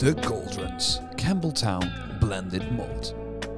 The Cauldrons Campbelltown Blended Malt.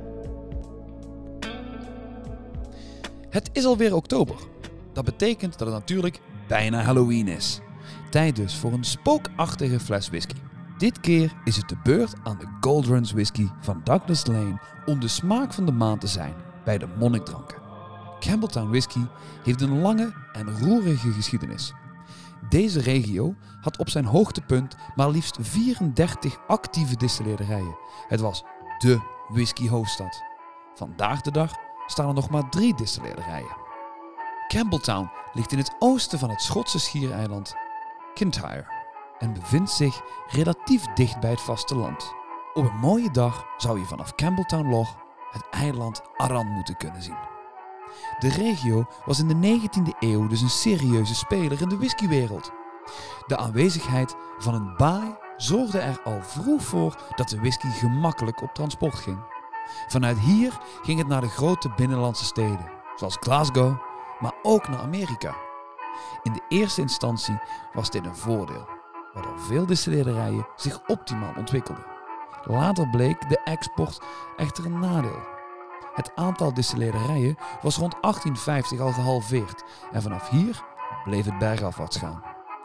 Het is alweer oktober. Dat betekent dat het natuurlijk bijna Halloween is. Tijd dus voor een spookachtige fles whisky. Dit keer is het de beurt aan de Cauldrons whisky van Douglas Lane om de smaak van de maand te zijn bij de monnikdranken. Campbelltown whisky heeft een lange en roerige geschiedenis. Deze regio had op zijn hoogtepunt maar liefst 34 actieve distilleerderijen. Het was dé whiskyhoofdstad. Vandaag de dag staan er nog maar 3 distilleerderijen. Campbelltown ligt in het oosten van het Schotse schiereiland Kintyre en bevindt zich relatief dicht bij het vasteland. Op een mooie dag zou je vanaf Campbelltown Loch het eiland Arran moeten kunnen zien. De regio was in de 19e eeuw dus een serieuze speler in de whiskywereld. De aanwezigheid van een baai zorgde er al vroeg voor dat de whisky gemakkelijk op transport ging. Vanuit hier ging het naar de grote binnenlandse steden, zoals Glasgow, maar ook naar Amerika. In de eerste instantie was dit een voordeel, waardoor veel distilleerderijen zich optimaal ontwikkelden. Later bleek de export echter een nadeel. Het aantal distilleerderijen was rond 1850 al gehalveerd en vanaf hier bleef het bergafwaarts gaan.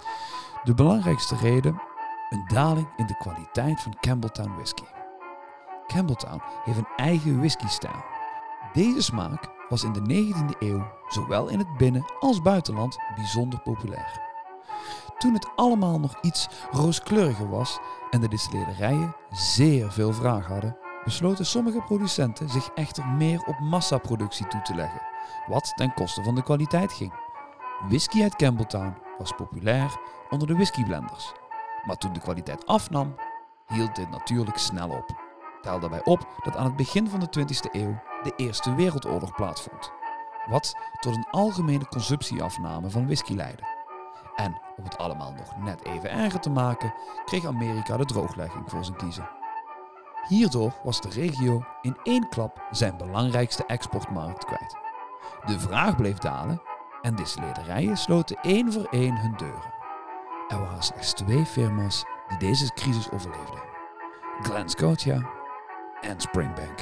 De belangrijkste reden? Een daling in de kwaliteit van Campbelltown whisky. Campbelltown heeft een eigen whiskystijl. Deze smaak was in de 19e eeuw zowel in het binnen- als buitenland bijzonder populair. Toen het allemaal nog iets rooskleuriger was en de distilleerderijen zeer veel vraag hadden, besloten sommige producenten zich echter meer op massaproductie toe te leggen, wat ten koste van de kwaliteit ging. Whisky uit Campbelltown was populair onder de whiskyblenders, maar toen de kwaliteit afnam, hield dit natuurlijk snel op. Tel daarbij op dat aan het begin van de 20e eeuw de Eerste Wereldoorlog plaatsvond, wat tot een algemene consumptieafname van whisky leidde. En om het allemaal nog net even erger te maken, kreeg Amerika de drooglegging voor zijn kiezen. Hierdoor was de regio in één klap zijn belangrijkste exportmarkt kwijt. De vraag bleef dalen en distilleerderijen sloten één voor één hun deuren. Er waren slechts 2 firma's die deze crisis overleefden: Glen Scotia en Springbank.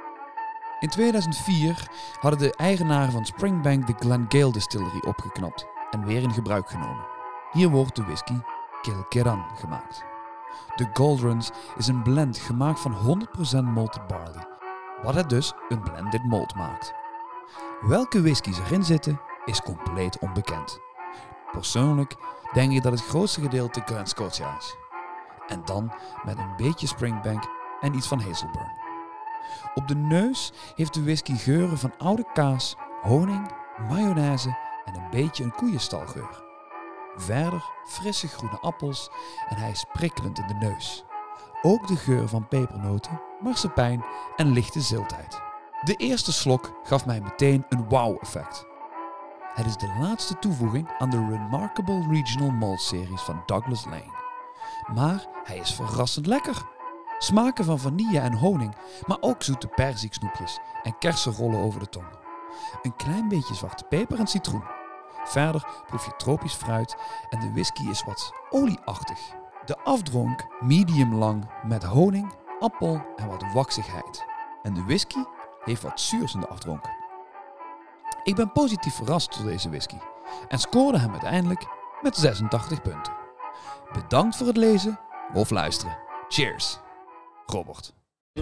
In 2004 hadden de eigenaren van Springbank de Glengale Distillery opgeknapt en weer in gebruik genomen. Hier wordt de whisky Kilkerran gemaakt. De Cauldrons is een blend gemaakt van 100% malted barley, wat het dus een blended malt maakt. Welke whiskies erin zitten is compleet onbekend. Persoonlijk denk ik dat het grootste gedeelte Glen Scotia is. En dan met een beetje Springbank en iets van Hazelburn. Op de neus heeft de whisky geuren van oude kaas, honing, mayonaise en een beetje een koeienstalgeur. Verder frisse groene appels en hij is prikkelend in de neus. Ook de geur van pepernoten, marsepein en lichte ziltheid. De eerste slok gaf mij meteen een wow-effect. Het is de laatste toevoeging aan de Remarkable Regional Malt series van Douglas Lane. Maar hij is verrassend lekker. Smaken van vanille en honing, maar ook zoete perzieksnoepjes en kersenrollen over de tong. Een klein beetje zwarte peper en citroen. Verder proef je tropisch fruit en de whisky is wat olieachtig. De afdronk medium lang met honing, appel en wat waksigheid. En de whisky heeft wat zuurs in de afdronk. Ik ben positief verrast door deze whisky en scoorde hem uiteindelijk met 86 punten. Bedankt voor het lezen of luisteren. Cheers! Robert.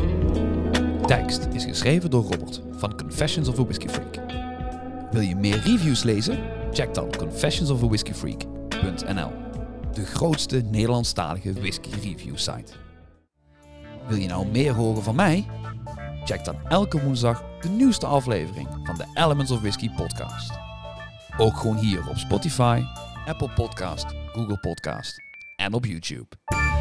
Tekst is geschreven door Robert van Confessions of a Whisky Freak. Wil je meer reviews lezen? Check dan confessionsofawhiskeyfreak.nl, de grootste Nederlandstalige whisky review site. Wil je nou meer horen van mij? Check dan elke woensdag de nieuwste aflevering van de Elements of Whisky podcast. Ook gewoon hier op Spotify, Apple Podcast, Google Podcast en op YouTube.